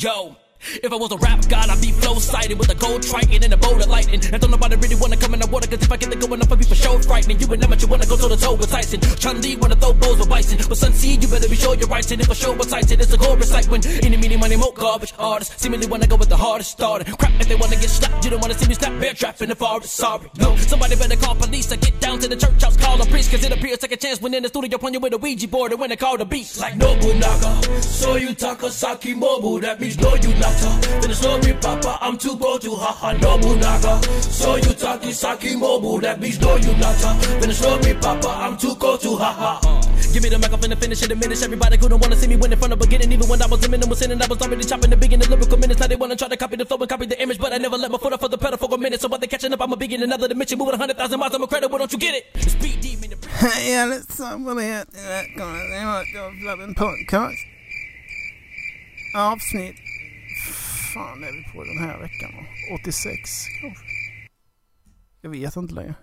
Yo, if I was a rap god, I'd be flow-sighted with a gold triton and a bowl of lightning. And don't nobody really wanna come in the water, cause if I get the going up, I'll be for sure frightening. You and them, you wanna go toe-to-toe with Tyson. Chun-Li wanna throw balls with Bison. But Sun-C, you better be sure you're right. And if I show what's Tyson, it's a chorus like when any meaning money, more garbage artists seemingly wanna go with the hardest starter. Crap, if they wanna get slapped, you don't wanna see me snap bear trap in the forest. Sorry, no, somebody better call police or get down to the church house, call a priest. Cause it appears take a chance when in the studio upon you with a Ouija board and when they call the beast. Like Nobunaga, so you Takasaki Mobu, that means no you not finish me, Papa, I'm too go to haha Nobunaga. So you Takasaki Mobu, that means no you not finish me, Papa, I'm too go to haha. Give me the mic up in the finish and diminish everybody who don't wanna see me win in front of beginning. Even when I was in was sinning, I was already chopping the beginning lyrical minutes. Now they wanna try to copy the flow and copy the image, but I never let my foot off of the pedal for a minute. So while they catching up, I'm a big in another dimension, moving 100,000 miles. I'm incredible, don't you get it? It's speed demon. Ja, liksom vad det heter. Podcast. Avsnitt. Fan är vi på den här veckan då? 86 kanske. Jag vet inte längre.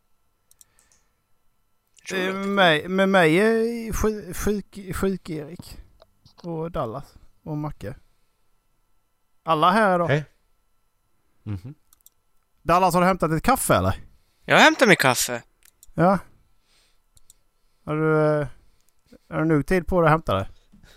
Med mig är sjuk Erik. Och Dallas. Och Macke. Alla här då. Hej. Dallas, har du hämtat ett kaffe eller? Jag hämtar mitt kaffe. Ja. Har du nog tid på att hämta det?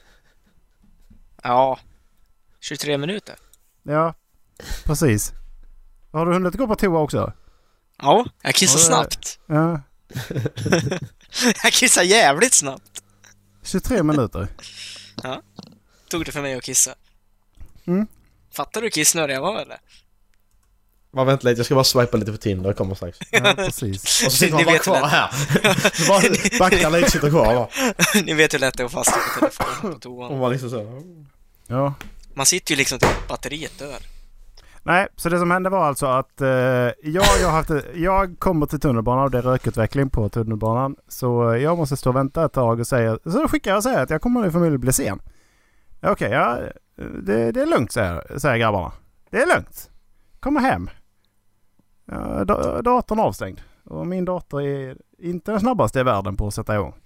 Ja. 23 minuter. Ja, precis. Har du hunnit gå på toa också? Ja, jag kissar snabbt. Ja. Jag kissar jävligt snabbt. 23 minuter. Ja. Tog det för mig att kissa. Mm. Fattar du kissnödig jag var eller? Vänta lite, jag ska bara swipa lite på Tinder, jag kommer strax. Ja, precis. Och så sitter man bara kvar här. Så bara backar lite, sitter kvar va? Ni vet hur lätt det är att fastna på telefonen på toan. Och man liksom så. Ja. Man sitter ju liksom till batteriet dör. Nej, så det som hände var alltså att jag kommer till tunnelbanan och det är rökutveckling på tunnelbanan. Så jag måste stå och vänta ett tag och säga, så då skickar jag och säger att jag kommer nu förmodligen bli sen. Okej, ja, det är lugnt säger grabbarna. Det är lugnt. Kommer hem. Ja, datorn avstängd. Och min dator är inte den snabbaste i världen på att sätta igång.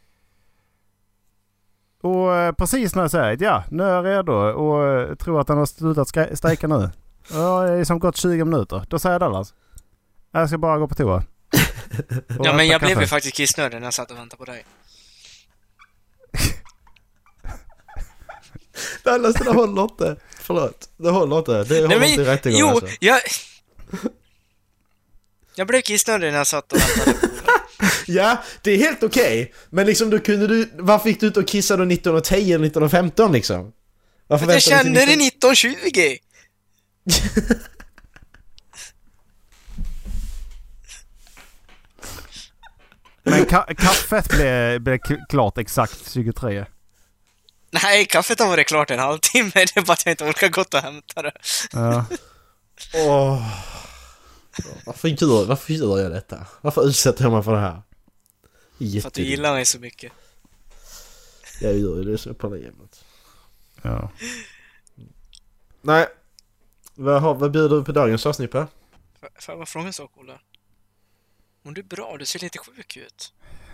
Och precis när jag säger att ja, nu är jag redo och tror att den har slutat strejka nu. Ja, det är som gått 20 minuter. Då säger Dallas, jag ska bara gå på toa. Ja, men jag blev ju faktiskt kissnödig när jag satt och väntade på dig. Dallas, det håller inte. Förlåt, det håller inte. Det håller inte rätt igång. Jo, alltså. Jag blev kissnödig när jag satt och väntade. Ja, det är helt okej. Men liksom, varför fick du ut och kissa då 1910 eller 1915 liksom? Varför jag kände det 1920. Men kaffet blev klart exakt 23. Nej, kaffet har varit klart en halvtimme. Det är bara att jag inte orkar gått och hämta det. Ja. Varför gör jag detta? Varför utsätter jag mig för det här? För att du gillar mig så mycket. Jag gör ju det så på det jämnt. Ja. Nej. Vad bjuder du på dagens avsnitt på? Får jag bara fråga en sak, Ola? Om du är bra, du ser lite sjuk ut.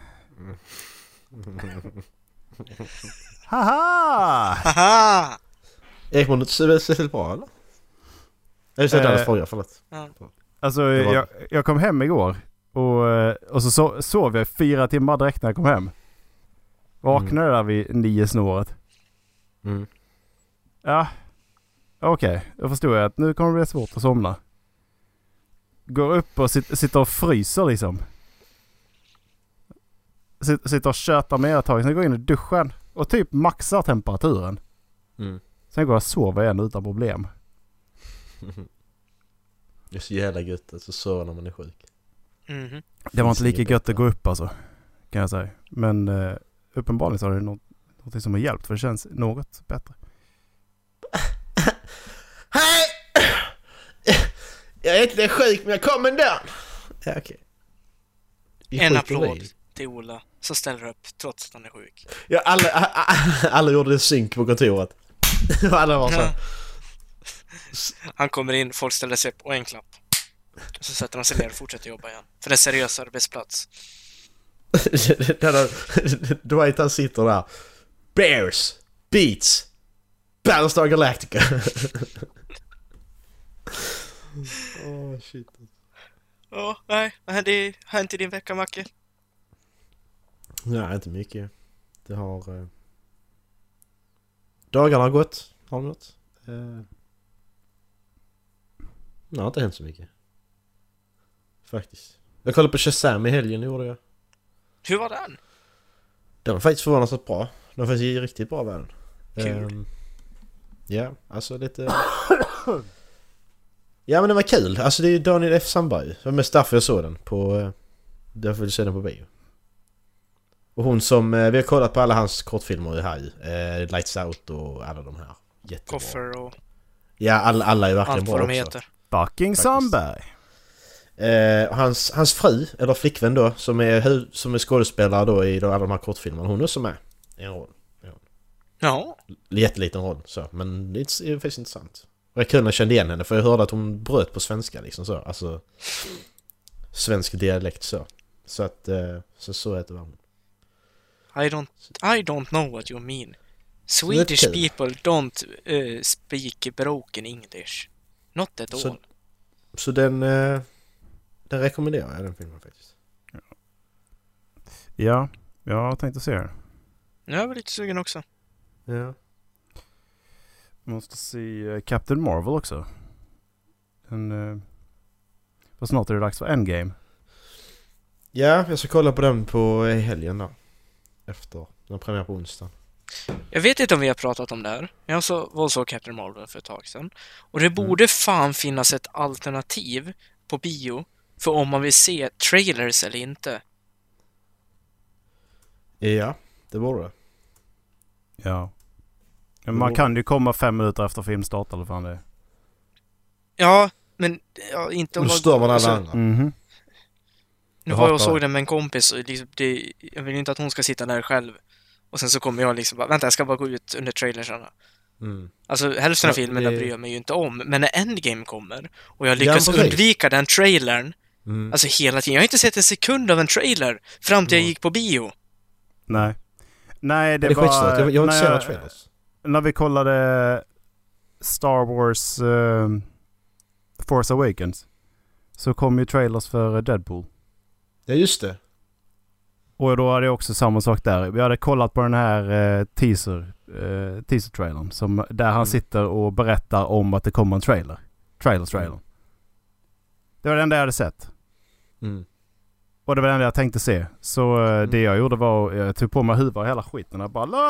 Haha! Haha! Ekman, du ser lite bra, eller? Jag ser deras fråga, förlåt. Ja. Alltså, jag kom hem igår och så sov jag 4 timmar direkt när jag kom hem. Vaknade där vid 9-snåret. Mm. Ja, okej. Då förstår jag att nu kommer det bli svårt att somna. Går upp och sitter och fryser liksom. Sitter och tjötar med ett tag. Sen går jag in i duschen och typ maxar temperaturen. Mm. Sen går jag och sover igen utan problem. Det är så jävla gött att sova när man är sjuk. Mm-hmm. Det var inte lika gött att gå upp alltså, kan jag säga. Men uppenbarligen så är det något som har hjälpt, för det känns något bättre. Hej! Jag är inte sjuk, men jag kommer ändå. Ja, okej. En applåd till Ola som ställer upp trots att han är sjuk. Ja, alla gjorde det synk på kontoret. Alla var så. Ja. Han kommer in, folk ställer sig upp och en klapp. Och så sätter han sig ner och fortsätter jobba igen. För det är seriös arbetsplats. Dwight han sitter där. Bears, beats, Battlestar Galactica. Shit. Ja, nej, det har inte din vecka, Macke. Nej, inte mycket. Det har... Dagarna har gått. Har det gått? Det har inte hänt så mycket. Faktiskt. Jag kollade på Shazam i helgen, gjorde jag. Hur var den? Den var faktiskt förvånansvärt bra. Den var faktiskt riktigt bra världen. Kul. Ja, alltså lite... Ja, men den var kul. Alltså det är ju Daniel F. Sandberg. Det var mest därför jag såg den på... Därför vill jag se den på bio. Och hon som... Vi har kollat på alla hans kortfilmer i här. Lights Out och alla de här. Jättebra. Koffer och Ja, alla är verkligen allt bra vad de också. heter. Fucking Sandberg. Hans fru, eller flickvän då, som är skådespelare då i alla de här kortfilmerna, hon är också med i en roll. Ja. Jätteliten roll så, men det är faktiskt intressant. Och jag kunde känna igen henne för jag hörde att hon bröt på svenska liksom så, alltså svensk dialekt så att så heter det. I don't know what you mean. Swedish people don't speak broken English. Not at all. Så den rekommenderar jag, den filmen faktiskt. Ja, jag tänkte se det. Jag var lite sugen också. Ja. Måste se Captain Marvel också. För snart är det dags för Endgame. Ja, jag ska kolla på den på helgen då. Efter den premiär på onsdag. Jag vet inte om vi har pratat om det här. Jag såg Captain Marvel för ett tag sedan. Och det borde fan finnas ett alternativ på bio för om man vill se trailers eller inte. Ja, det borde det. Ja. Men man kan ju komma 5 minuter efter filmstart eller fan det. Ja, men inte om då stör man alla alltså, andra. Mhm. Nu var jag och såg den med en kompis och liksom, jag vill inte att hon ska sitta där själv. Och sen så kommer jag liksom bara, vänta jag ska bara gå ut under trailersarna. Alltså hälften av filmen där bryr jag mig ju inte om. Men när Endgame kommer och jag lyckas undvika den trailern, alltså hela tiden. Jag har inte sett en sekund av en trailer fram till jag gick på bio. Nej, det är var... skitstört. Jag har inte sett några trailers. När vi kollade Star Wars Force Awakens så kom ju trailers för Deadpool. Ja, just det. Och då hade jag också samma sak där. Vi hade kollat på den här teaser-trailern där han sitter och berättar om att det kommer en trailer. Trailer. Det var den där jag hade sett. Och det var den jag tänkte se. Så det jag gjorde var jag tog på mig huvudet och hela skiten och bara la.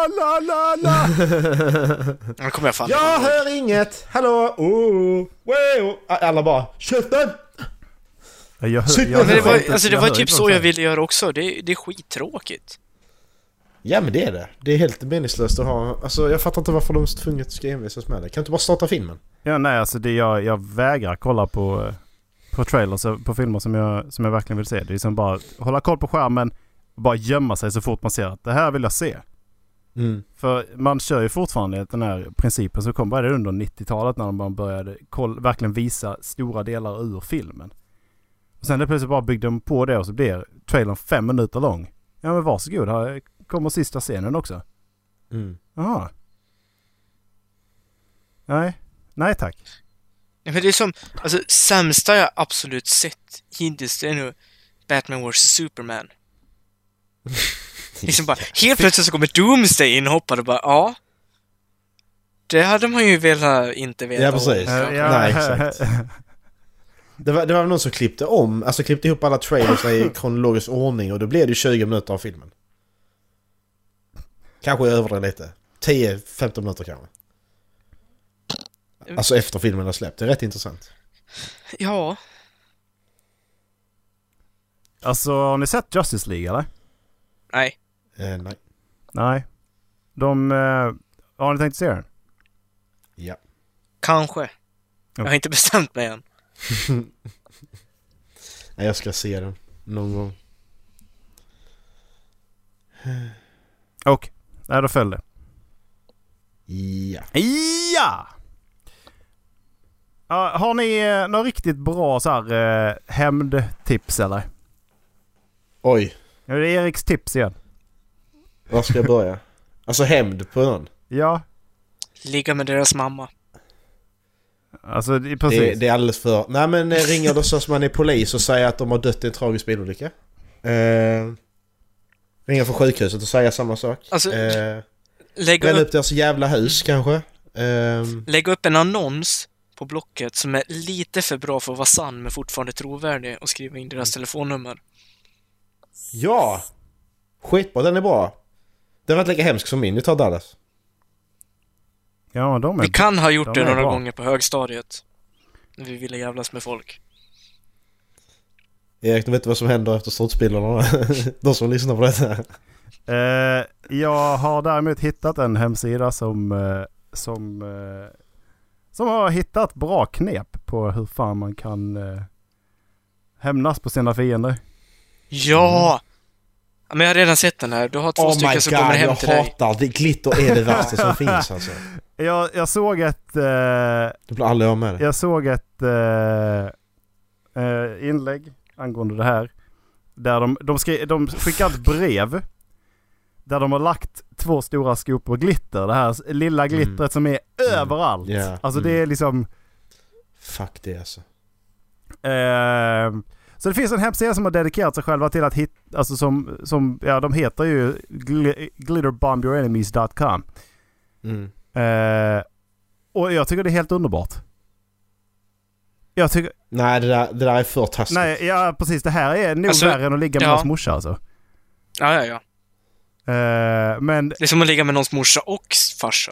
Nu kommer jag fan. Jag hör inget. Hallå. Alla bara käften. Det var typ så jag ville göra också. Det är skittråkigt. Ja, men det är det. Det är helt meningslöst att ha... Alltså, jag fattar inte varför de tvunget ska envisas med det. Kan du inte bara starta filmen? Ja, nej, alltså jag vägrar kolla på trailers på filmer som jag verkligen vill se. Det är som bara hålla koll på skärmen och bara gömma sig så fort man ser att det här vill jag se. För man kör ju fortfarande den här principen som kom bara under 90-talet när de började verkligen visa stora delar ur filmen. Och sen plötsligt bara byggde de på det och så blir trailern 5 minuter lång. Ja, men varsågod. Här kommer sista scenen också. Jaha. Nej tack. Ja, men det är som, alltså sämsta jag absolut sett hittills, det är nu Batman vs Superman. Liksom bara, helt plötsligt så kommer Doomsday inhoppad och bara, ja. Det hade man ju inte velat. Ja, precis. Nej, exakt. Det var någon som klippte ihop alla trailers i kronologisk ordning och då blev det 20 minuter av filmen. Kanske över det lite. 10-15 minuter kanske. Alltså efter filmen har släppt. Det är rätt intressant. Ja. Alltså, har ni sett Justice League eller? Nej. Nej. Har ni tänkt se den? Ja. Kanske. Jag har inte bestämt mig än. Nej, jag ska se den någon gång. Och då föll det. Ja. Har ni några riktigt bra så här hämndtips eller? Oj. Ja, det är Eriks tips igen. Var ska jag börja? Alltså hämnd på någon? Ja. Ligga med deras mamma. Alltså, precis. Det är alldeles för... Nej, men ringer då så som man är polis och säger att de har dött i en tragisk bilolycka. Ringer från sjukhuset och säger samma sak. Alltså, lägga upp deras jävla hus kanske. Lägga upp en annons på Blocket som är lite för bra för att vara sann men fortfarande trovärdig och skriva in deras telefonnummer. Ja! Skitbra, den är bra. Den var inte lika hemsk som min. Nu tar Dallas. Ja, vi kan ha gjort det några gånger på högstadiet. När vi ville jävlas med folk. Erik, du vet vad som händer efter strutsbilderna. De som lyssnar på detta. Jag har däremot hittat en hemsida som har hittat bra knep på hur fan man kan hämnas på sina fiender. Ja! Men jag har redan sett den här. Du har 2 stycken som kommer hem till dig. Jag hatar det. Glitter är det värsta som finns alltså. Jag såg ett... Du blir aldrig av med det. Jag såg ett inlägg angående det här. Där de skickade ett brev. Där de har lagt 2 stora skopor glitter. Det här lilla glittret som är överallt. Yeah. Alltså det är liksom... Fuck det alltså. Så det finns en hemsida som har dedikerat sig själva till att hitta... Alltså som ja, de heter ju glitterbombyourenemies.com. Och jag tycker det är helt underbart. Nej, det där är för taskigt. Nej, ja precis. Det här är nog värre än att ligga med någons morsa alltså. Ja. Men... Det är som att ligga med någons morsa och farsa.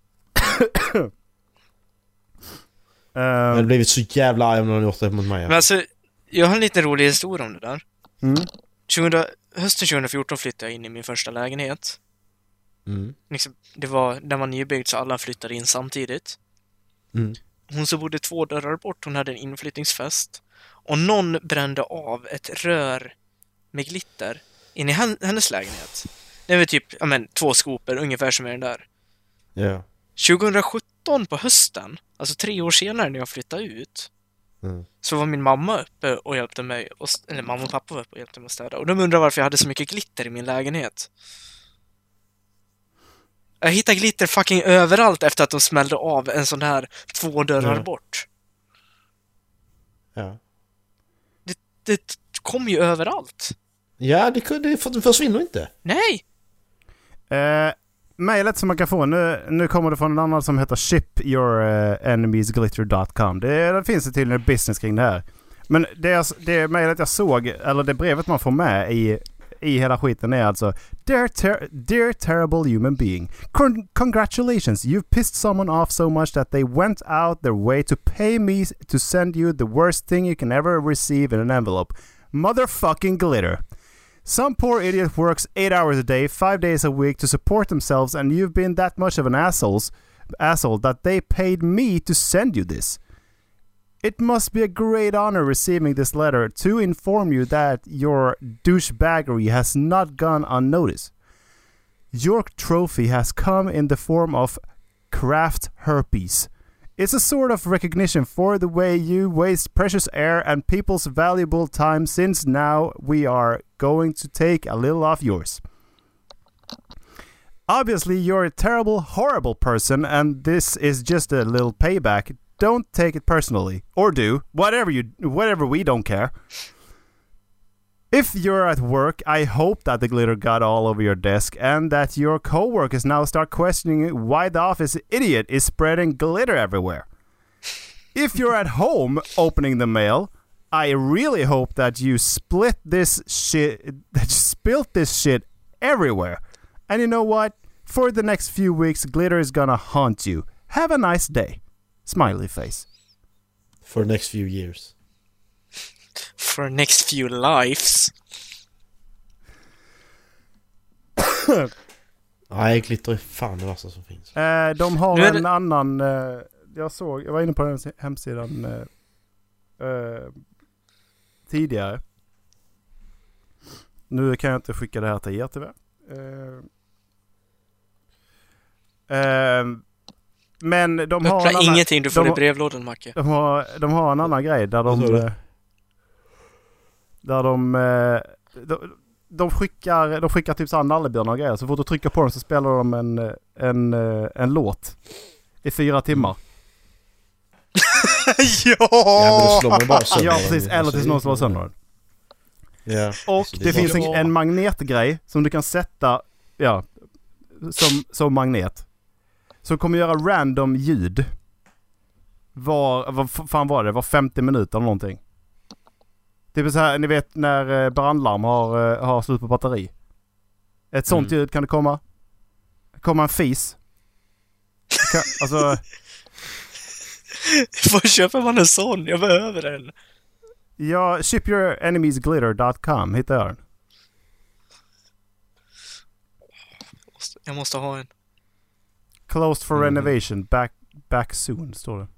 Jag har blivit så jävla arg om någon gjort det mot mig. Men alltså, jag har en liten rolig historia om det där. Hösten 2014 flyttade jag in i min första lägenhet. Liksom, den var nybyggd så alla flyttade in samtidigt. Hon som bodde 2 dörrar bort, hon hade en inflyttningsfest. Och någon brände av ett rör med glitter in i hennes lägenhet. Det var typ 2 skopor, ungefär som är den där. Ja. 2017 på hösten, alltså 3 år senare när jag flyttade ut, så var min mamma uppe och hjälpte mig, eller mamma och pappa var uppe och hjälpte mig att städa. Och de undrade varför jag hade så mycket glitter i min lägenhet. Jag hittade glitter fucking överallt efter att de smällde av en sån här 2 dörrar bort. Ja. Det kom ju överallt. Ja, det försvinner inte. Nej! Mejlet som man kan få, nu kommer det från en annan som heter shipurenemiesglitter.com. Det finns det tydligen business kring det här. Men det mejlet jag såg, eller det brevet man får med i hela skiten är alltså: Dear terrible human being, congratulations, you've pissed someone off so much that they went out their way to pay me to send you the worst thing you can ever receive in an envelope. Motherfucking glitter. Some poor idiot works 8 hours a day, 5 days a week to support themselves, and you've been that much of an asshole that they paid me to send you this. It must be a great honor receiving this letter to inform you that your douchebaggery has not gone unnoticed. Your trophy has come in the form of craft herpes. It's a sort of recognition for the way you waste precious air and people's valuable time, since now we are going to take a little off yours. Obviously, you're a terrible, horrible person, and this is just a little payback. Don't take it personally, or do, whatever, we don't care. If you're at work, I hope that the glitter got all over your desk and that your coworkers now start questioning why the office idiot is spreading glitter everywhere. If you're at home opening the mail, I really hope that you spilt this shit everywhere. And you know what? For the next few weeks, glitter is gonna haunt you. Have a nice day. Smiley face. For the next few years. For the next few lives. Nej, glitter är fan det värsta som finns. De har en annan... jag var inne på den hemsidan tidigare. Nu kan jag inte skicka det här till er tyvärr. Men de har... Öppna ingenting, du får i brevlådan, Macke. De har en de skickar typ såhär nallebjörnar och grejer. Så fort du trycker på dem så spelar de en låt i 4 timmar. Ja, men då slår man bara sönder. Ja, precis. Eller tills någon slår sönder den. Ja. Och det finns en magnetgrej som du kan sätta som magnet. Som kommer göra random ljud. Vad fan var det? Var 50 minuter eller någonting. Typ så här, ni vet när brandlarm har slut på batteri. Ett sånt ljud kan det komma. Komma en fis. Alltså... Var köper man en sån? Jag behöver en. Ja, shipyourenemiesglitter.com hittar jag den. Jag måste ha en. Closed for renovation. Back soon, står det.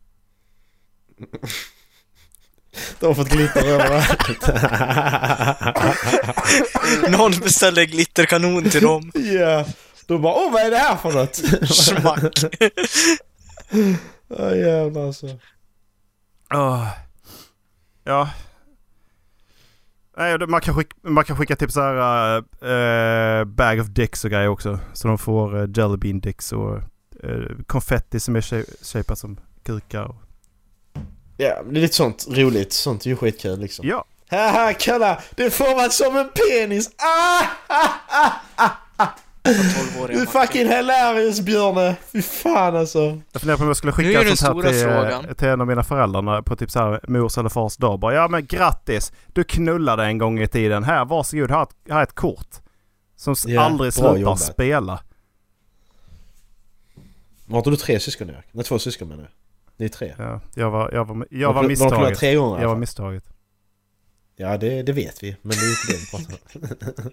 De har fått glitter överallt. Någon beställde glitterkanon till dem. Ja. De bara, vad är det här för något? Smack. Jävlar alltså. Ja. Nej, man kan skicka typ så här bag of dicks och grejer också. Så de får jelly bean dicks och konfetti som är shapat som kukar. Och... Ja, det är lite sånt roligt. Sånt är ju skitkul liksom. Ja. Haha, kolla! Det är format som en penis! Du är fucking hilarious, Björne! Fy fan alltså. Jag funderar på om jag skulle skicka sånt här till en av mina föräldrar på typ så här mors eller fars dag. Bara, ja men grattis! Du knullade en gång i tiden. Här, varsågod, här är ett kort. Som aldrig slutar spela. Har du 3 syskon, Erik? Nej, 2 syskon menar jag. Det är 3. Ja, jag var misstaget. 3 gånger, jag var misstaget. Ja, det vet vi. Men det är inte det vi pratar om.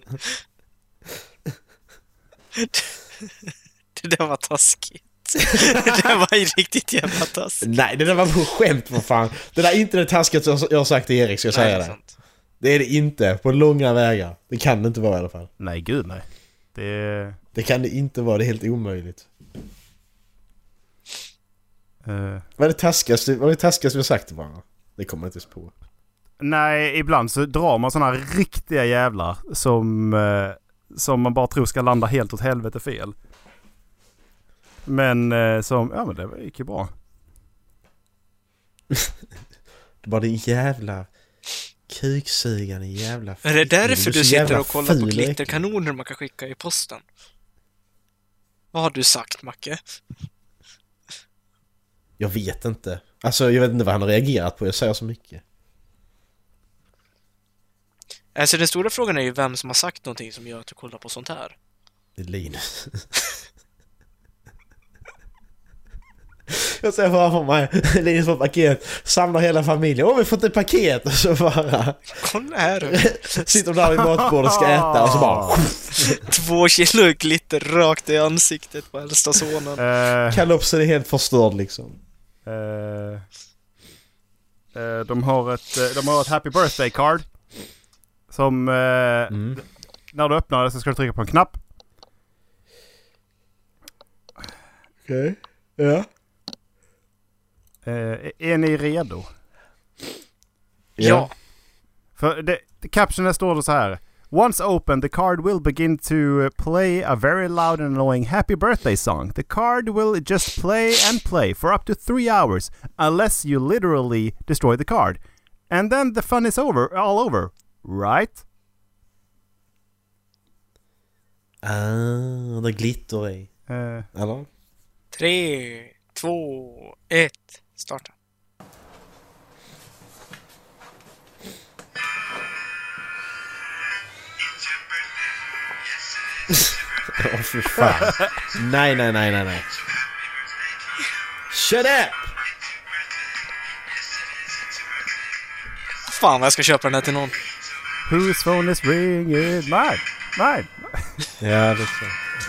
Det där var taskigt. Det där var ju riktigt jävla taskigt. Nej, det där var på skämt för fan. Det där är inte det taskigt jag har sagt till Erik, ska jag säga det. Det är det inte, på långa vägar. Det kan det inte vara i alla fall. Nej, gud nej. Det kan det inte vara, det är helt omöjligt. Vad är det taskigaste vi har sagt till varandra? Det kommer jag inte ens på. Nej, ibland så drar man såna riktiga jävlar som man bara tror ska landa helt åt helvete fel. Men men det gick ju bra. Det var din jävla kuksugande jävla... Är det därför du sitter och kollar på glitterkanoner man kan skicka i posten? Vad har du sagt, Macke? Jag vet inte. Alltså, jag vet inte vad han har reagerat på. Jag säger så mycket. Alltså, den stora frågan är ju vem som har sagt någonting som gör att du kollar på sånt här. Det är Linus. Jag ser framför mig Linus får ett paket, samlar hela familjen. Vi får ett paket och så bara... Kolla här. Sitter där vid matbordet och ska äta och så bara... 2 kilo glitter rakt i ansiktet på äldsta sonen. Kalopsen är helt förstörd liksom. De har ett happy birthday card. Som när du öppnar det så ska du trycka på en knapp. Okej. Ja. Är ni redo? Ja. För captionen står det så här: once opened, the card will begin to play a very loud and annoying happy birthday song. The card will just play and play for up to 3 hours unless you literally destroy the card. And then the fun is all over. Right? Det glitter i. Eller? 3, 2, 1, starta. Åh fy fan. Nej. Shut up! Fan vad jag ska köpa den här till någon. Whose phone is ringing? Nej. Ja, det är så.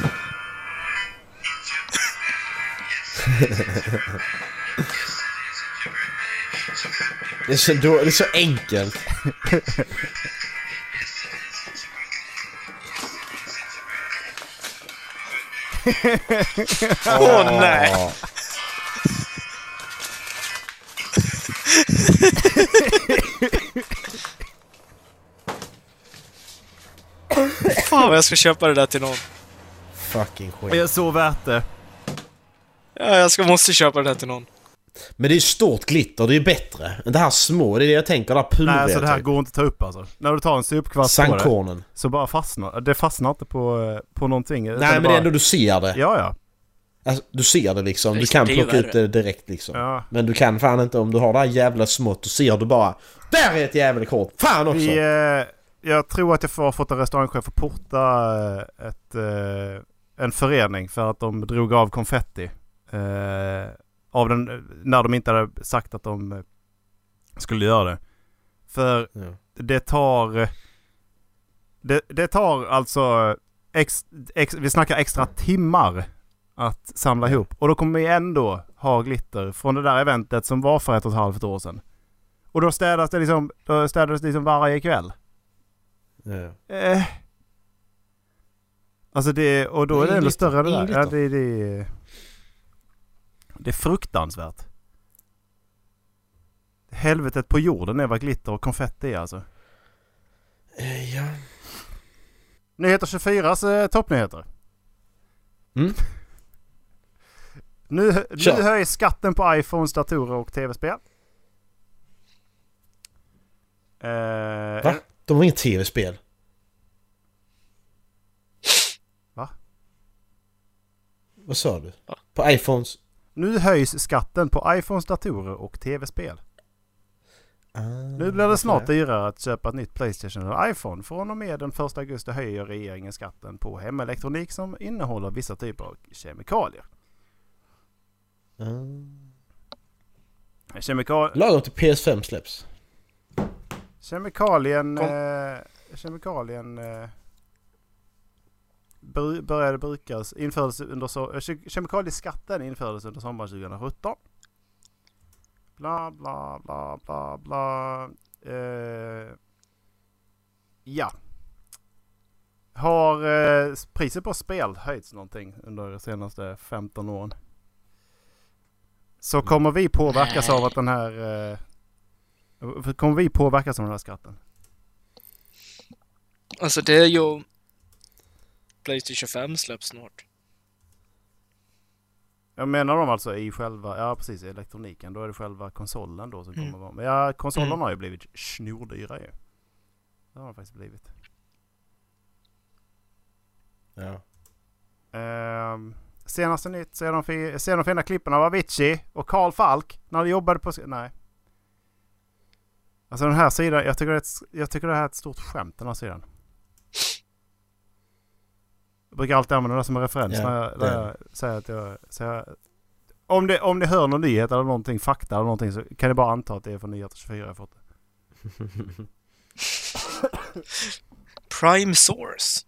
Det är så enkelt. Nej. jag ska köpa det där till någon. Fucking skit. Det är så värt det. Ja, måste köpa det där till någon. Men det är ju stort glitter, det är ju bättre. Det här små, det är det jag tänker. Där pulver. Nej, alltså det här går inte att ta upp alltså. När du tar en supkvast på det så bara fastnar. Det fastnar inte på någonting. Nej, men det är ändå du ser det. Ja. Alltså, du ser det liksom. Du kan plocka ut det direkt liksom. Ja. Men du kan fan inte om du har det här jävla smått. Du ser du bara, där är ett jävla kort. Fan också! Jag tror att jag har fått en restaurangchef att porta en förening för att de drog av konfetti. Av den, när de inte hade sagt att de skulle göra det. För det tar alltså vi snackar extra timmar att samla ihop. Och då kommer vi ändå ha glitter från det där eventet som var för 1,5 år sedan. Och då städades det liksom varje kväll. Alltså det, och då är det ändå större det där. Ja, det är fruktansvärt. Helvetet på jorden är vad glitter och konfetti är alltså. Ja. Nyheter 24s toppnyheter. Nu höjs skatten på iPhones, datorer och tv-spel. Va? De har inget tv-spel. Va? Vad sa du? På iPhones? Nu höjs skatten på iPhones, datorer och tv-spel. Nu blir det snart dyrare att köpa ett nytt PlayStation eller iPhone. Från och med den 1 augusti höjer regeringen skatten på hemelektronik som innehåller vissa typer av kemikalier. Lagom till PS5 släpps. Kemikalien började brukas, kemikalieskatten infördes under sommaren 2017. Bla bla bla bla bla. Ja. Har priset på spel höjts någonting under de senaste 15 åren? Så kommer vi påverkas av att den här skatten? Alltså det är ju PlayStation 5 släpps snart. Jag menar de alltså i själva, ja precis, i elektroniken. Då är det själva konsolen då som kommer vara. Men ja, konsolen har ju blivit snordyra ju. Det har de faktiskt blivit. Ja. Senaste nytt ser de fina klippen av Avicii och Carl Falk när de jobbade på... Nej. Alltså den här sidan, jag tycker det här är ett stort skämt, den här sidan. Jag brukar alltid använda det som en referens när jag säger att jag säger, om ni hör någon nyhet eller någonting, fakta eller någonting, så kan ni bara anta att det är från Nyheter 24 jag fått det. Prime Source.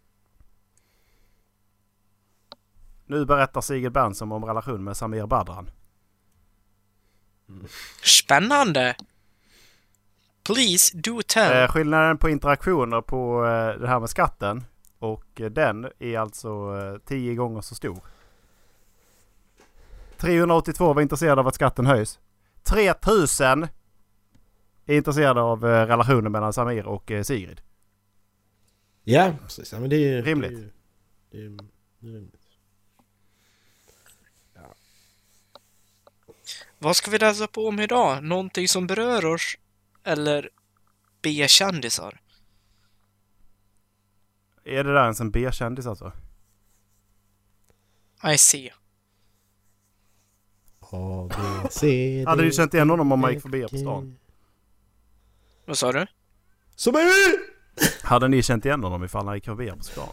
Nu berättar Sigurd Bernson om relation med Samir Badran. Spännande. Please do tell. Skillnaden på interaktioner på det här med skatten och den är alltså 10 gånger så stor. 382 var intresserade av att skatten höjs. 3000 är intresserade av relationen mellan Samir och Sigrid. Ja, precis. Ja, men det är rimligt. Det är rimligt. Ja. Vad ska vi läsa på om idag? Någonting som berör oss eller B-kändisar? Är det där ens en B-kändis alltså? I see. Hade du känt igen honom om man gick förbi på stan? Vad sa du? Hade ni känt igen honom ifall han gick förbi på stan?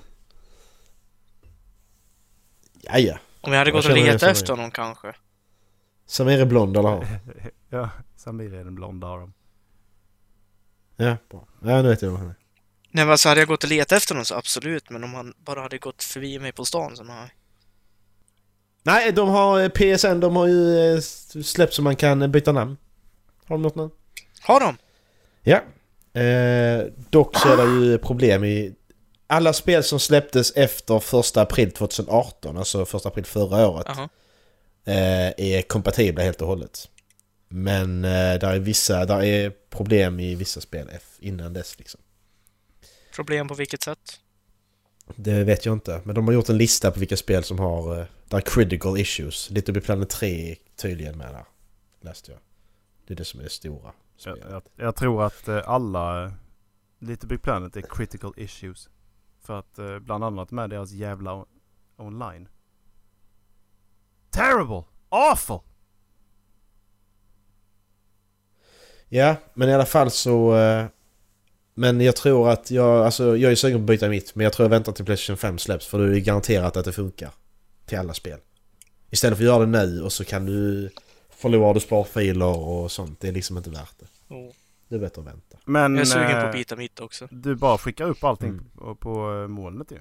Ja. Om jag hade gått och letat efter honom kanske. Samir är blond eller har? Ja, Samir är den blonda av dem. Ja, bra. Ja, nu vet jag vad han är. Nej, men alltså hade jag gått och letat efter honom så absolut. Men om han bara hade gått förbi mig på stan så nej. Nej, de har PSN, de har ju släppt så man kan byta namn. Har de något namn? Har de? Ja. Dock så är det ju problem i alla spel som släpptes efter 1 april 2018, alltså 1 april förra året, är kompatibla helt och hållet. Men där är problem i vissa spel innan dess liksom. Problem på vilket sätt? Det vet jag inte. Men de har gjort en lista på vilka spel som har där critical issues. Little Big Planet 3 tydligen med där. Läste jag. Det är det som är det stora spelet. Jag tror att alla Little Big Planet är critical issues. För att bland annat med deras jävla online. Terrible! Awful! Ja, men i alla fall så... Men jag tror att jag är sugen på att byta mitt. Men jag tror jag väntar till PlayStation 5 släpps. För då är det garanterat att det funkar. Till alla spel. Istället för att göra det nu och så kan du förlora sparfiler och sånt. Det är liksom inte värt det. Det är bättre att vänta. Men, jag är sugen på att byta mitt också. Du bara skickar upp allting på molnet ju.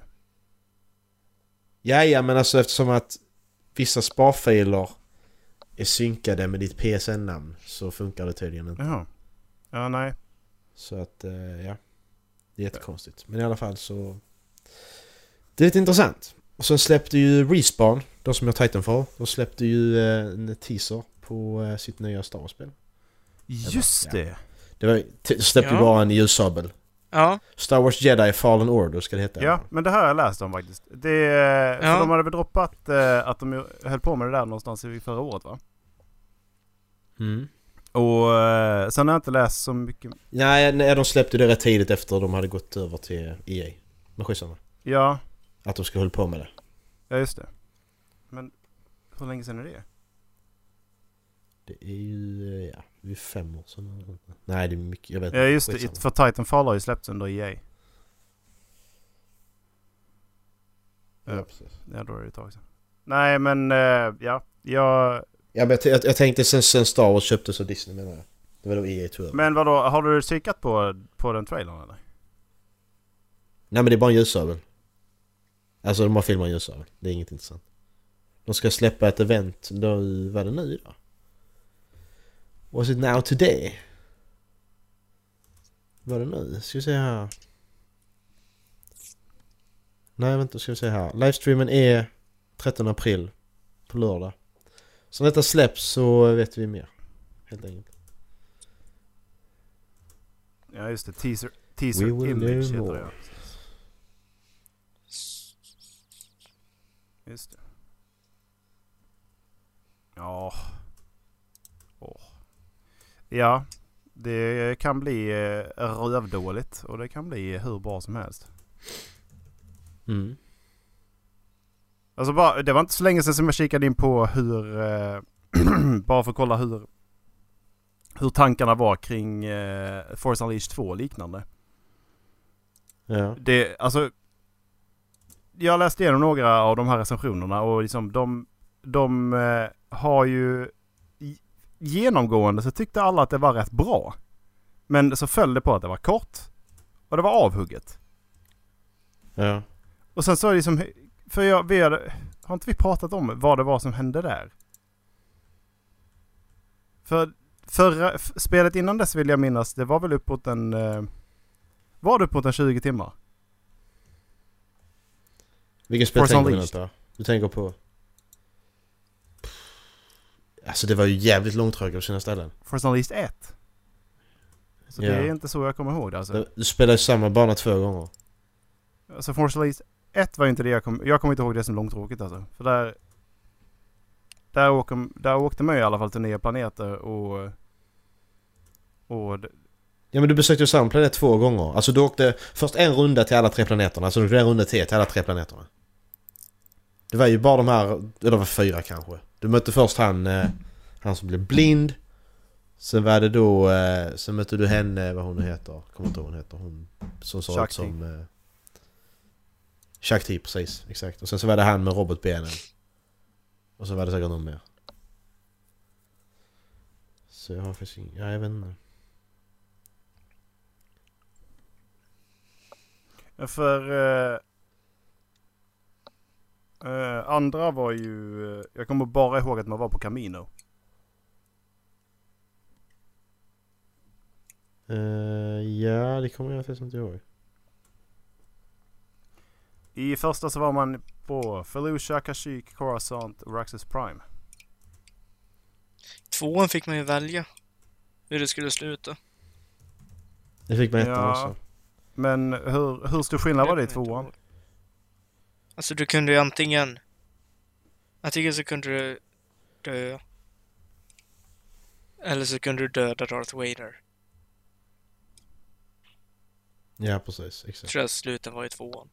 Ja, men alltså eftersom att vissa sparfiler är synkade med ditt PSN-namn så funkar det tydligen inte. Jaha. Ja, nej. Så att, ja. Det är jättekonstigt. Men i alla fall så... Det är lite intressant. Och sen släppte ju Respawn, de som gör Titanfall, de släppte ju en teaser på sitt nya Star Wars-spel. Just det! Det släppte ju bara en ljussabel. Ja. Star Wars Jedi Fallen Order ska det heta. Ja, men det här har jag läst om faktiskt. För de hade väl droppat att de höll på med det där någonstans i förra året, va? Mm. Och sen har jag inte läst så mycket. Nej, de släppte det rätt tidigt efter de hade gått över till EA. Men skitsamma. Ja. Att de ska hålla på med det. Ja, just det. Men hur länge sedan är det? Det är ju, ja, det är 5 år sedan. Nej, det är mycket, jag vet inte. Ja, just det. För Titanfall har ju släppts under EA. Ja, precis. Ja, då är det ett tag sedan. Nej, men ja. Ja, men jag tänkte sen Star Wars köptes av Disney, menar jag. Det var då EA tog över. Men vadå, har du kikat på den trailern eller? Nej, men det är bara en ljussabel. Alltså de har filmat en ljussabel. Det är inget intressant. De ska släppa ett event då, vad är det nu då? Was it now today? Vad är det nu? Ska vi se här. Nej, vänta, ska vi se här. Livestreamen är 13 april på lördag. Så när detta släpps så vet vi mer. Helt enkelt. Ja, just det. Teaser image heter det. Just det. Ja. Ja, det kan bli rövdåligt och det kan bli hur bra som helst. Mm. Alltså det var inte så länge sedan som jag kikade in på hur bara för att kolla hur tankarna var kring Force Unleashed 2 och liknande. Ja. Det, alltså jag läste igenom några av de här recensionerna och liksom de har ju genomgående så tyckte alla att det var rätt bra. Men så föll det på att det var kort och det var avhugget. Ja. Och sen så är det liksom, har inte vi pratat om vad det var som hände där? För förra spelet innan dess vill jag minnas, det var väl uppåt en 20 timmar. Vilken spel tänker du på? Du tänker på... Alltså det var ju jävligt långtråkigt på sina ställen. Force Unleashed 1. Så det är inte så jag kommer ihåg det alltså. Du spelade samma bana 2 gånger. Alltså Force Unleashed 1 var inte det jag kommer inte ihåg det som långtråkigt alltså. För där åkte man ju i alla fall till nya planeter och ja, men du besökte ju samma planet 2 gånger. Alltså du åkte först en runda till alla 3 planeterna. Alltså du åkte en runda till alla 3 planeterna. Det var ju bara de här, eller det var 4 kanske. Du mötte först han som blev blind. Sen var det då, sen mötte du henne, vad hon nu heter. Kommer inte ihåg vad hon heter. Hon som sa ut som... Shakti, precis. Exakt. Och sen så var det han med robotbenen. Och så var det säkert någon mer. Så jag har faktiskt jag vet inte. För andra var ju... jag kommer bara ihåg att man var på Camino. Ja, det kommer jag faktiskt inte ihåg. I första så var man på Felucia, Kashyyyk, Coruscant och Raxus Prime. 2 fick man ju välja hur det skulle sluta. Det fick man 1 också. Men hur stor skillnad var det i 2? Alltså du kunde ju antingen så kunde du dö. Eller så kunde du döda Darth Vader. Ja, precis. Exakt. Tror jag sluten var i 2:an.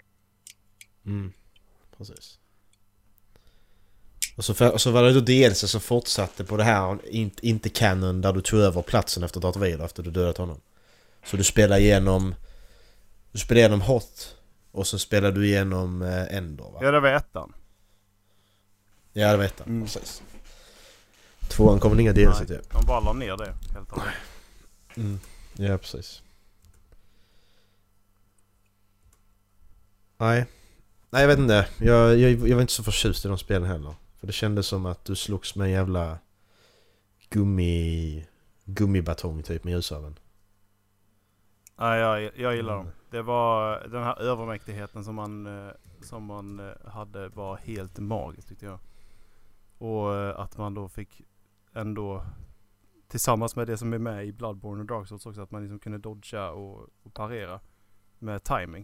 Precis. Och så var det då DLC som fortsatte på det här inte canon där du tog över platsen efter Darth Vader efter du dödat honom. Så du spelade igenom Hot och så spelade du igenom Endor, va? Ja, det var 1:an. Ja, det var 1:an. Precis. 2:an kommer inga DLC till. De bara la ner det helt och hållet. Ja, precis. Nej, jag vet inte. Jag var inte så förtjust i de spelen heller. För det kändes som att du slogs med en jävla gummibatong typ med ljusaven. Nej, jag gillar dem. Det var den här övermäktigheten som man hade var helt magisk, tyckte jag. Och att man då fick ändå tillsammans med det som är med i Bloodborne och Dark Souls också, att man liksom kunde dodga och parera med timing.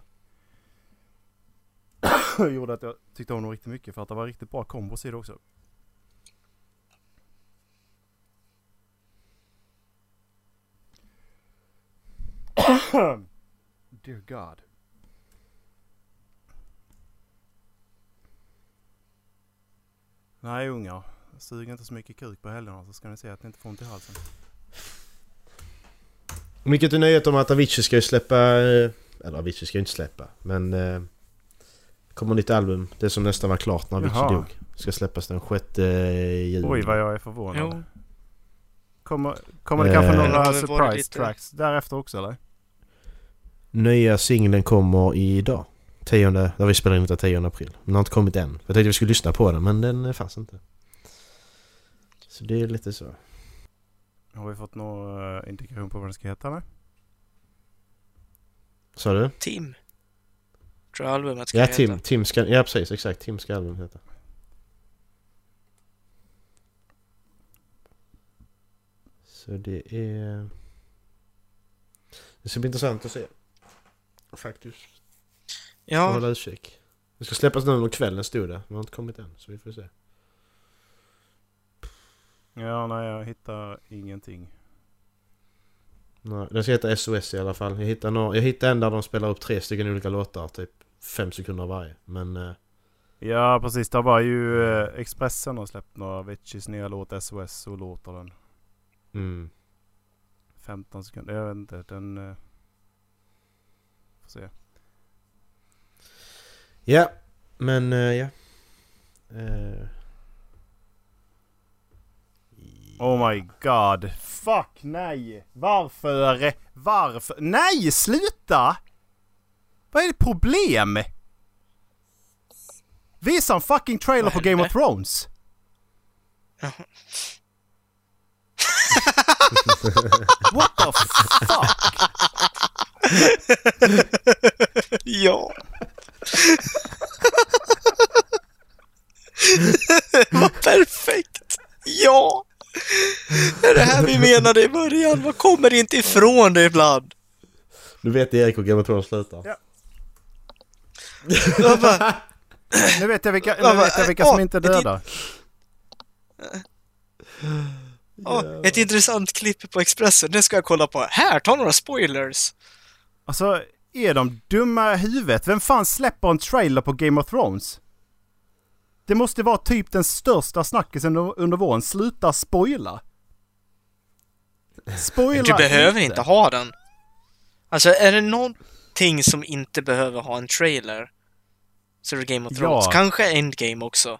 Gjorde att jag tyckte om dem riktigt mycket, för att det var riktigt bra kombos i det också. Dear God. Nej, unga. Suger inte så mycket kuk på helgerna, så ska ni se att ni inte får ont i halsen. Mycket till nyhet om att Avicii ska ju släppa... Eller Avicii ska ju inte släppa, men... kommer nytt album, det som nästan var klart när Avicii dog. Ska släppas den 6 juli. Oj, vad jag är förvånad. Jo. Kommer det kanske några surprise tracks därefter också, eller? Nya singeln kommer idag. 10, där vi spelar in 10 april. Men den har inte kommit än. Jag tänkte vi skulle lyssna på den, men den fanns inte. Så det är lite så. Har vi fått någon indikation på vad den ska heta, eller? Sa du? Tim. Tror jag albumet ska heta. Tim ska... Ja, precis. Exakt. Tim ska albumet heta. Så det är... Det ska bli intressant att se. Faktiskt. Ja. Hålla utkik. Det ska släppas nu under kvällen, stod det. Men har inte kommit än, så vi får se. Ja, nej, jag hittar ingenting. Nej, den ska heta SOS i alla fall. Jag hittar en där de spelar upp 3 stycken olika låtar, typ 5 sekunder varje. Men... Ja, precis. Det var ju Expressen har släppt några Aviciis nya låt SOS och låter den. 15 sekunder. Jag vet inte, den... får se. Ja, men ja. Oh my god. Fuck, nej. Varför? Nej, sluta! Vad är det problem? Visa en fucking trailer på Game of Thrones. What the fuck? Ja. Vad perfekt. Ja. Det är det här vi menade i början. Vad kommer inte ifrån det ibland? Du vet Erik och Game of Thrones slutar. Ja. Nu vet jag vilka som inte är döda. Ett intressant klipp på Expressen. Det ska jag kolla på. Här, ta några spoilers. Alltså, är de dumma i huvudet? Vem fan släpper en trailer på Game of Thrones? Det måste vara typ den största snackisen under våren. Sluta spoila. Du behöver inte ha den. Alltså, är det någonting som inte behöver ha en trailer, så är det Game of Thrones. Ja. Kanske Endgame också.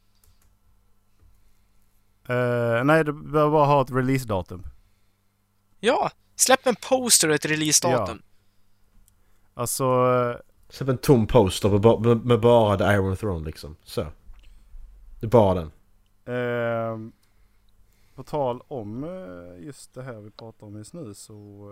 Nej, det behöver bara ha ett release-datum. Ja, släpp en poster och ett release-datum. Ja. Alltså... Släpp en tom poster med bara The Iron Throne liksom. Så. Det är bara den. På tal om just det här vi pratar om just nu, så...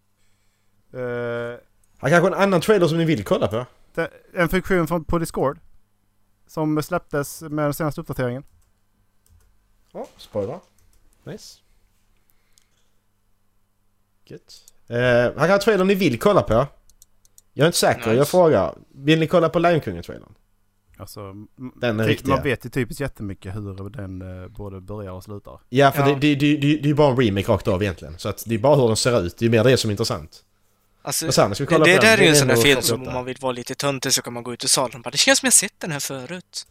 Har kanske en annan trailer som ni vill kolla på? En funktion på Discord som släpptes med den senaste uppdateringen. Ja, spoiler. Nice. Gött. Här kan jag trailer ni vill kolla på. Jag är inte säker, nice. Jag frågar. Vill ni kolla på Lion Kungen-trailern? Alltså, den är riktig. Man vet ju typiskt jättemycket hur den både börjar och slutar. Ja, för det är ju bara en remake rakt av egentligen. Så att det är bara hur den ser ut. Det är mer det som är intressant. Alltså, sen, det där är ju en sån där film som om man vill vara lite töntig så kan man gå ut i salen och bara, det känns som jag sett den här förut.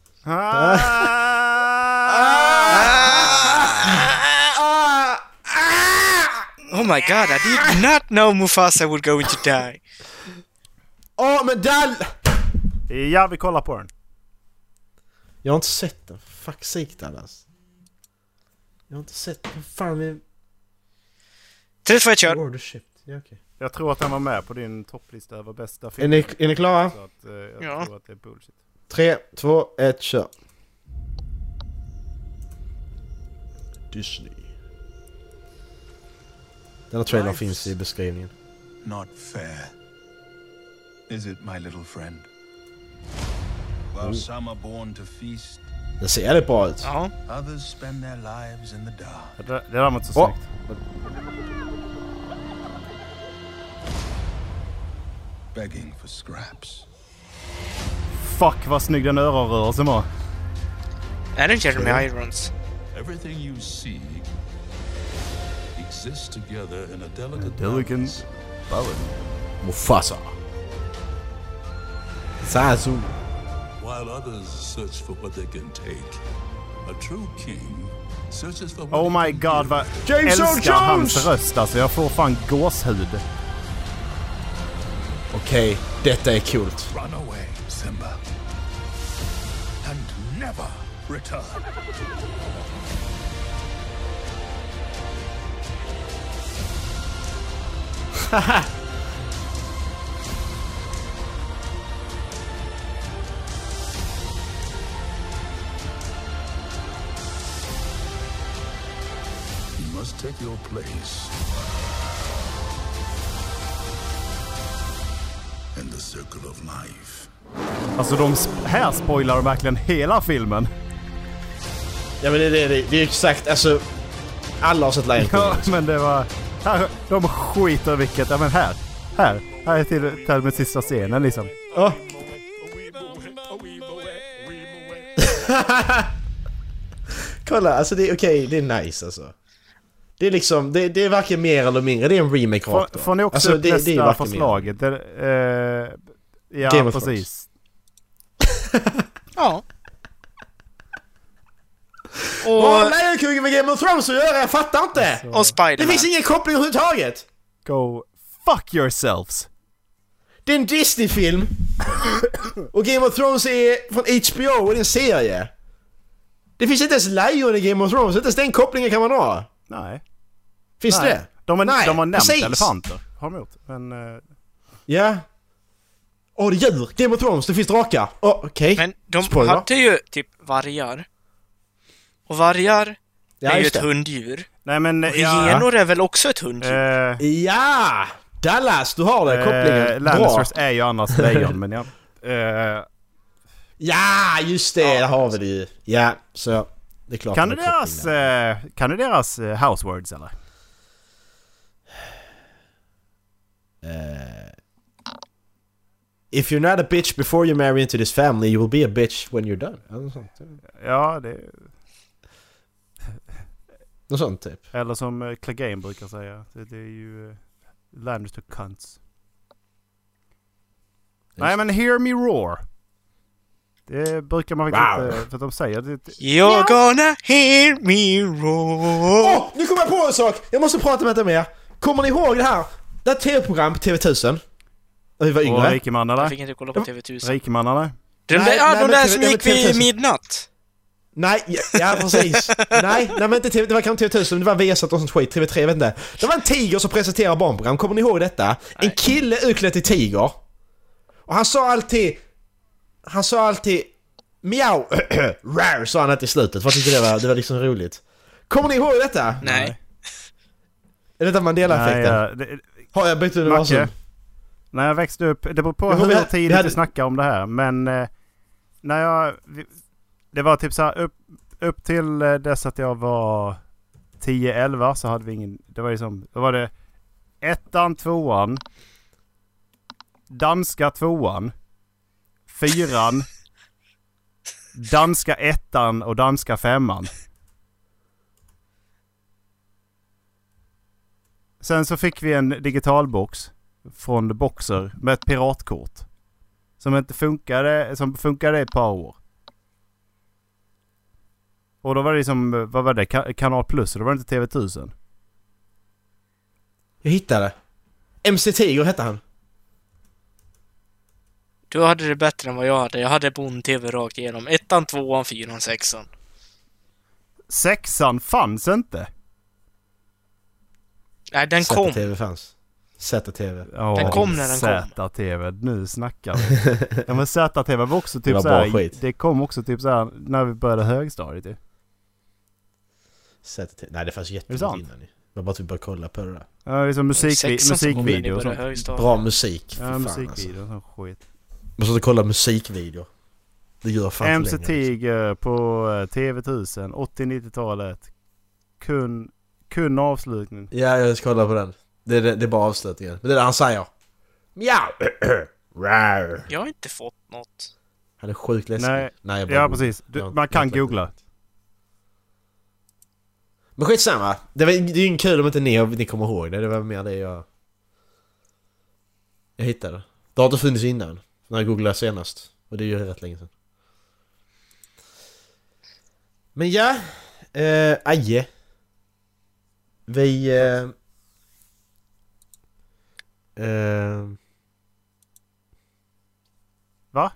Oh my god, I did not know Mufasa would going to die. Men Dall! Ja, vi kollar på den. Jag har inte sett den. Fuck sake, Dallas. Jag har inte sett den. Fan, 3-2-1 kör. Ja, okay. Jag tror att den var med på din topplista över bästa film. Är ni klara? Så att, jag tror att det är bullshit. 3, 2, 1, kör. Disney. Denna trailer finns i beskrivningen. Not fair. Is it, my little friend? While some are born to feast, Det ser jävligt bra ut. Ja. others spend their lives in the dark. Det där var inte så snyggt. Begging for scraps. Fuck vad snygg den öronrörelsen var. Är det Jeremy Irons? Everything you see exists together in a delicate Delicate balance. Mufasa. Zazu. While others search for what they can take, a true king searches for what Oh he my can god, vad James Earl älskar Jones! hans röst alltså. Jag får fan gåshud. Okej, detta är kul. Run away, Simba, and never return. You must take your place in the circle of life. Alltså de här spoilar verkligen hela filmen. Ja, men det är exakt, alltså alla har sett Lion King. Ja, men det var här, de skiter vilket. Ja, men här är till med sista scenen liksom. Oh. Kolla, alltså det är okej, det är nice alltså. Det är liksom, det är varken mer eller mindre, det är en remake rakt. Får ni också alltså, upp nästa förslaget? Ja, Game of precis. Ja. Vad Lion King med Game of Thrones att göra? Jag fattar inte! Så. Och Spider-Man. Det finns ingen koppling överhuvudtaget! Go fuck yourselves! Det är en Disney-film. Och Game of Thrones är från HBO och det är en serie. Det finns inte ens lejon i Game of Thrones. Inte ens den kopplingen kan man ha. Nej. Finns Nej. det? De har nämnt precis. elefanter. Har de gjort. Men... Ja. Det är djur. Game of Thrones, det finns drakar. Okej. Men de Spoiler. hade ju typ vargar. Och vargar är ju just ett det. hunddjur. Nej, men... Hyenor är väl också ett hunddjur? Ja! Dallas, du har det. Kopplingen. Bra. Lannisters är ju annars lejon, men ja. Ja, just det. Där har vi det ju. Ja, så det är klart. Kan du deras housewords eller? If you're not a bitch before you marry into this family, you will be a bitch when you're done. Ja, det... Något sånt typ. Eller som Clegane brukar säga. Det är ju Lannister cunts. Nej, men hear me roar. Det brukar man faktiskt inte... För att de säger det... You're gonna hear me roar. Nu kommer jag på en sak! Jag måste prata med det mer. Kommer ni ihåg det här? Det här tv-program på TV1000. När vi var yngre. Och Rikemannarna. Jag fick inte kolla på TV1000. Rikemannarna. De där som gick vid midnatt. Nej, ja precis. Nej, men inte TV, det var kanske TV1000, det var Viasat och sånt skit, TV3, jag vet inte. Det var en tiger som presenterade barnprogram, kommer ni ihåg detta? Nej. En kille utklädd till tiger. Och han sa alltid miau, rar, sa han att i slutet, för att inte det var liksom roligt. Kommer ni ihåg detta? Nej. Är detta Mandela-effekten? Har jag bytt universum? När jag växte upp, det beror på hur tidigt vi snackar om det här, men när det var typ så här upp till dess att jag var 10-11 så hade vi ingen, det var liksom, då var det 1:an, 2:an, danska 2:an, 4:an, danska ettan och danska femman. Sen så fick vi en digitalbox från Boxer med ett piratkort. Som funkade ett par år. Och då var det liksom, vad var det? Kanal Plus, och då var det inte TV1000. Jag hittade. MC Tiger hette han. Du hade det bättre än vad jag hade. Jag hade Bond-TV rakt igenom. 1, 2, 4, 6. 6 fanns inte. Nej, den kom. ZTV fanns. ZTV. Den kom när den kom. ZTV, nu snackar vi. Ja, men ZTV var också typ var så här. skit. Det kom också typ så här när vi började högstadiet ju. ZTV. Nej, det fanns jättemycket innan. Man bara typ började kolla på det där. Ja, liksom musikvideo och sånt. Bra musik. Ja, musikvideo och sånt skit. Man ska kolla musikvideo. Det gör fan MC längre, Tiger på TV1000, 80-90-talet. Kun avslutning. Ja, jag ska kolla på den. Det är bara avslutningen. Men det är det han säger. Mjau! Jag har inte fått något. Han är sjukt läskig. Nej, ja, precis. Man kan googla. Men skitsamma. Det är ju inte kul om inte ni kommer ihåg det. Det var mer det jag hittade. Det har inte funnits innan. När jag googlade senast. Och det är ju rätt länge sedan. Men ja. Aje. Vi... Va?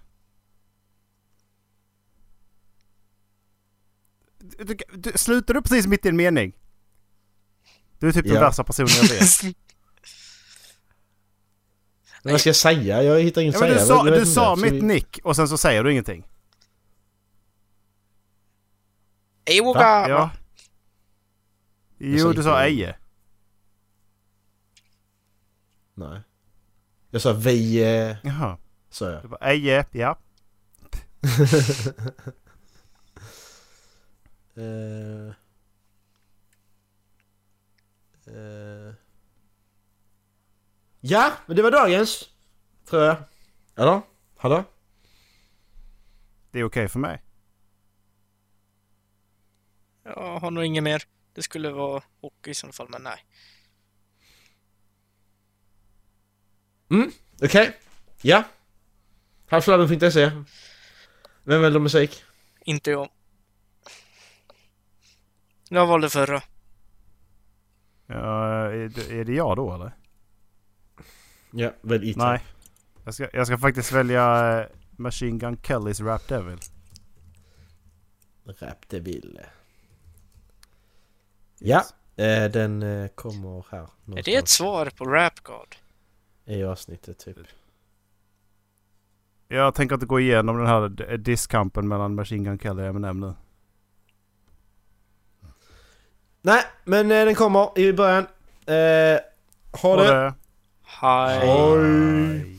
Slutar du precis mitt i en mening? Du är typ den värsta personen jag vet. Men vad ska jag säga? Jag hittar inget att säga. Du sa mitt nick och sen så säger du ingenting. Ewoga! Ja. Jo, du sa Eje. Nej. Jag sa vi... Jaha. Så jag. Det var Eje, ja. Ja, men det var dagens. Tror jag. Eller? Hallå? Det är okej för mig. Jag har nog inget mer. Det skulle vara hockey i sådana fall, men nej. Okej. Ja. Halflabben.se. Vem väljer musik? Inte jag. Jag valde förra. Ja, är det jag då eller? Ja, välj it. Nej. Jag ska faktiskt välja Machine Gun Kellys Rap Devil. Rap Devil. Ja, den kommer här. Är det ett svar på Rap God? I avsnittet typ. Jag tänker inte gå igenom den här diskampen mellan Machine Gun Kelly och Eminem nu. Nej, men den kommer i början. Ha det. Hej.